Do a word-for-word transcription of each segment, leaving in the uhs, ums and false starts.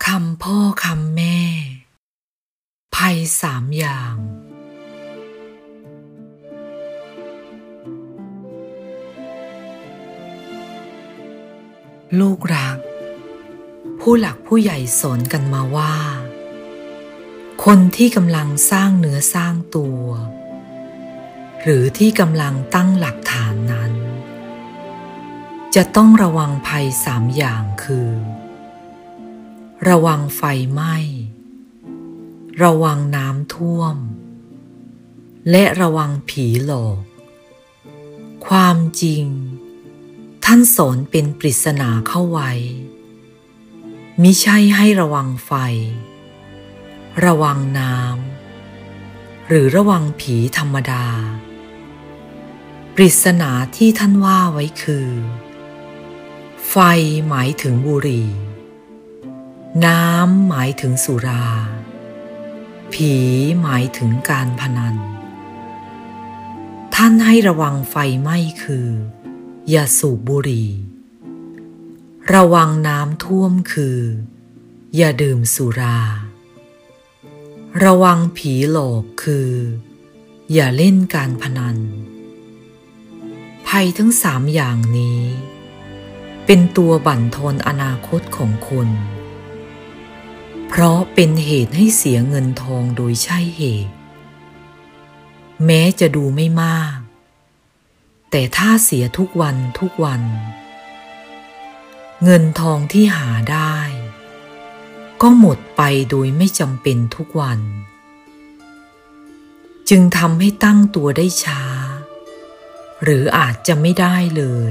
คำพ่อคำแม่ภัยสามอย่างลูกรักผู้หลักผู้ใหญ่สอนกันมาว่าคนที่กำลังสร้างเนื้อสร้างตัวหรือที่กำลังตั้งหลักฐานนั้นจะต้องระวังภัยสามอย่างคือระวังไฟไหม้ระวังน้ำท่วมและระวังผีหลอกความจริงท่านสอนเป็นปริศนาเข้าไว้มิใช่ให้ระวังไฟระวังน้ำหรือระวังผีธรรมดาปริศนาที่ท่านว่าไว้คือไฟหมายถึงบุหรี่น้ำหมายถึงสุราผีหมายถึงการพนันท่านให้ระวังไฟไหม้คืออย่าสูบบุหรี่ระวังน้ำท่วมคืออย่าดื่มสุราระวังผีหลอกคืออย่าเล่นการพนันภัยทั้งสามอย่างนี้เป็นตัวบั่นทอนอนาคตของคนเพราะเป็นเหตุให้เสียเงินทองโดยใช่เหตุแม้จะดูไม่มากแต่ถ้าเสียทุกวันทุกวันเงินทองที่หาได้ก็หมดไปโดยไม่จำเป็นทุกวันจึงทำให้ตั้งตัวได้ช้าหรืออาจจะไม่ได้เลย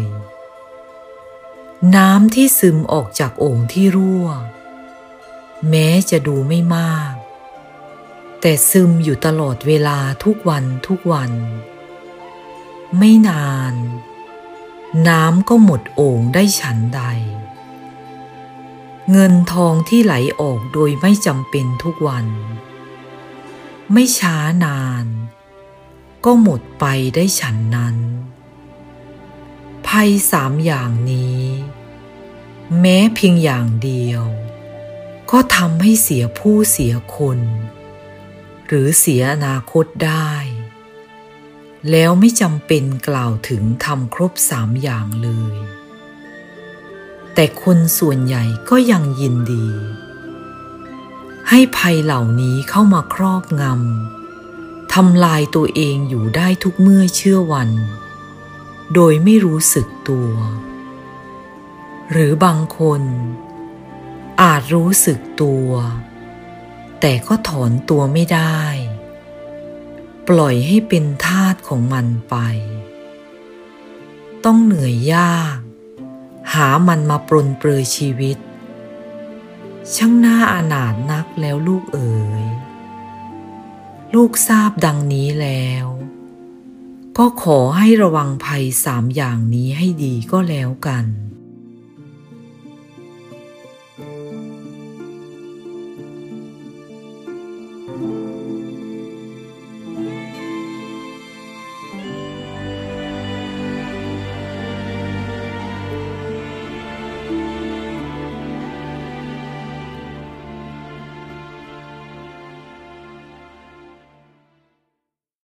น้ำที่ซึมออกจากโอ่งที่รั่วแม้จะดูไม่มากแต่ซึมอยู่ตลอดเวลาทุกวันทุกวันไม่นานน้ำก็หมดโอ่งได้ฉันใดเงินทองที่ไหลออกโดยไม่จำเป็นทุกวันไม่ช้านานก็หมดไปได้ฉันนั้นภัยสามอย่างนี้แม้เพียงอย่างเดียวก็ทำให้เสียผู้เสียคนหรือเสียอนาคตได้แล้วไม่จำเป็นกล่าวถึงทำครบสามอย่างเลยแต่คนส่วนใหญ่ก็ยังยินดีให้ภัยเหล่านี้เข้ามาครอบงำทำลายตัวเองอยู่ได้ทุกเมื่อเชื่อวันโดยไม่รู้สึกตัวหรือบางคนอาจรู้สึกตัวแต่ก็ถอนตัวไม่ได้ปล่อยให้เป็นทาสของมันไปต้องเหนื่อยยากหามันมาปรนเปรยชีวิตช่างน่าอานาถนักแล้วลูกเอ๋ยลูกทราบดังนี้แล้วก็ขอให้ระวังภัยสามอย่างนี้ให้ดีก็แล้วกัน